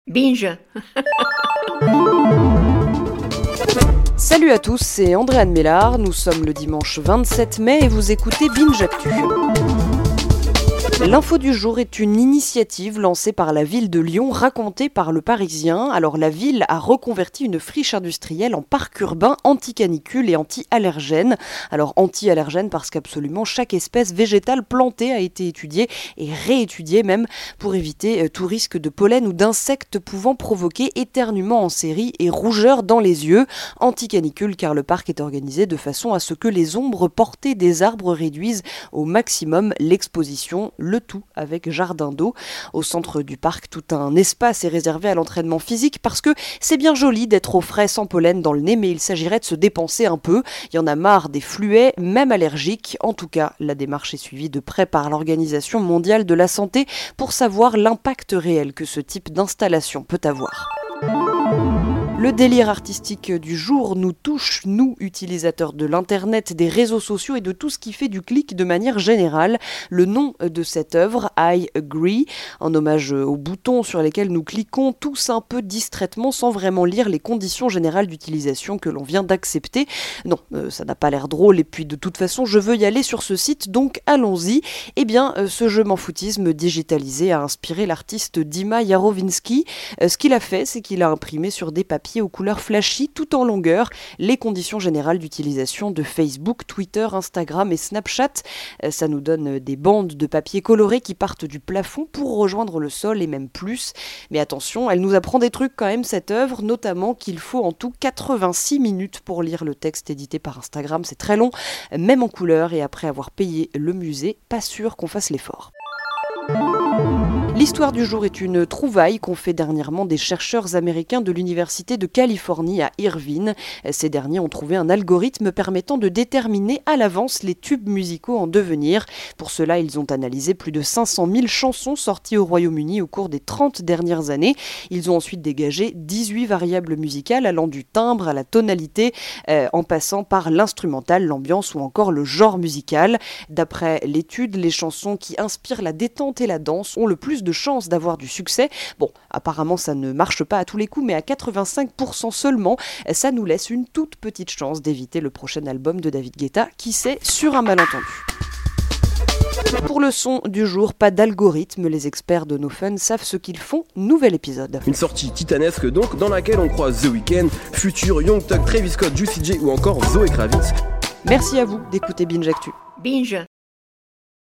Binge. Salut à tous, c'est Andréane Mélard, nous sommes le dimanche 27 mai et vous écoutez Binge Actu. L'info du jour est une initiative lancée par la ville de Lyon, racontée par Le Parisien. Alors la ville a reconverti une friche industrielle en parc urbain anti-canicule et anti-allergène. Alors anti-allergène parce qu'absolument chaque espèce végétale plantée a été étudiée et réétudiée même pour éviter tout risque de pollen ou d'insectes pouvant provoquer éternuement en série et rougeur dans les yeux. Anti-canicule car le parc est organisé de façon à ce que les ombres portées des arbres réduisent au maximum l'exposition. Le tout avec jardin d'eau. Au centre du parc, tout un espace est réservé à l'entraînement physique parce que c'est bien joli d'être au frais sans pollen dans le nez, mais il s'agirait de se dépenser un peu. Il y en a marre des fluets, même allergiques. En tout cas, la démarche est suivie de près par l'Organisation mondiale de la santé pour savoir l'impact réel que ce type d'installation peut avoir. Le délire artistique du jour nous touche, nous, utilisateurs de l'internet, des réseaux sociaux et de tout ce qui fait du clic de manière générale. Le nom de cette œuvre, I Agree, en hommage aux boutons sur lesquels nous cliquons tous un peu distraitement sans vraiment lire les conditions générales d'utilisation que l'on vient d'accepter. Non, ça n'a pas l'air drôle et puis de toute façon je veux y aller sur ce site, donc allons-y. Eh bien, ce je m'en foutisme digitalisé a inspiré l'artiste Dima Yarovinski. Ce qu'il a fait, c'est qu'il a imprimé sur des papiers aux couleurs flashy tout en longueur les conditions générales d'utilisation de Facebook, Twitter, Instagram et Snapchat. Ça nous donne des bandes de papier coloré qui partent du plafond pour rejoindre le sol et même plus. Mais attention, elle nous apprend des trucs quand même cette œuvre, notamment qu'il faut en tout 86 minutes pour lire le texte édité par Instagram. C'est très long, même en couleur et après avoir payé le musée, pas sûr qu'on fasse l'effort. L'histoire du jour est une trouvaille qu'ont fait dernièrement des chercheurs américains de l'Université de Californie à Irvine. Ces derniers ont trouvé un algorithme permettant de déterminer à l'avance les tubes musicaux en devenir. Pour cela, ils ont analysé plus de 500 000 chansons sorties au Royaume-Uni au cours des 30 dernières années. Ils ont ensuite dégagé 18 variables musicales allant du timbre à la tonalité, en passant par l'instrumental, l'ambiance ou encore le genre musical. D'après l'étude, les chansons qui inspirent la détente et la danse ont le plus de chances d'avoir du succès. Bon, apparemment ça ne marche pas à tous les coups, mais à 85% seulement, ça nous laisse une toute petite chance d'éviter le prochain album de David Guetta, qui sait, sur un malentendu. Pour le son du jour, pas d'algorithme, les experts de No Fun savent ce qu'ils font. Nouvel épisode. Une sortie titanesque donc, dans laquelle on croise The Weeknd, Future, Young Thug, Travis Scott, Juicy J ou encore Zoé Kravitz. Merci à vous d'écouter Binge Actu. Binge.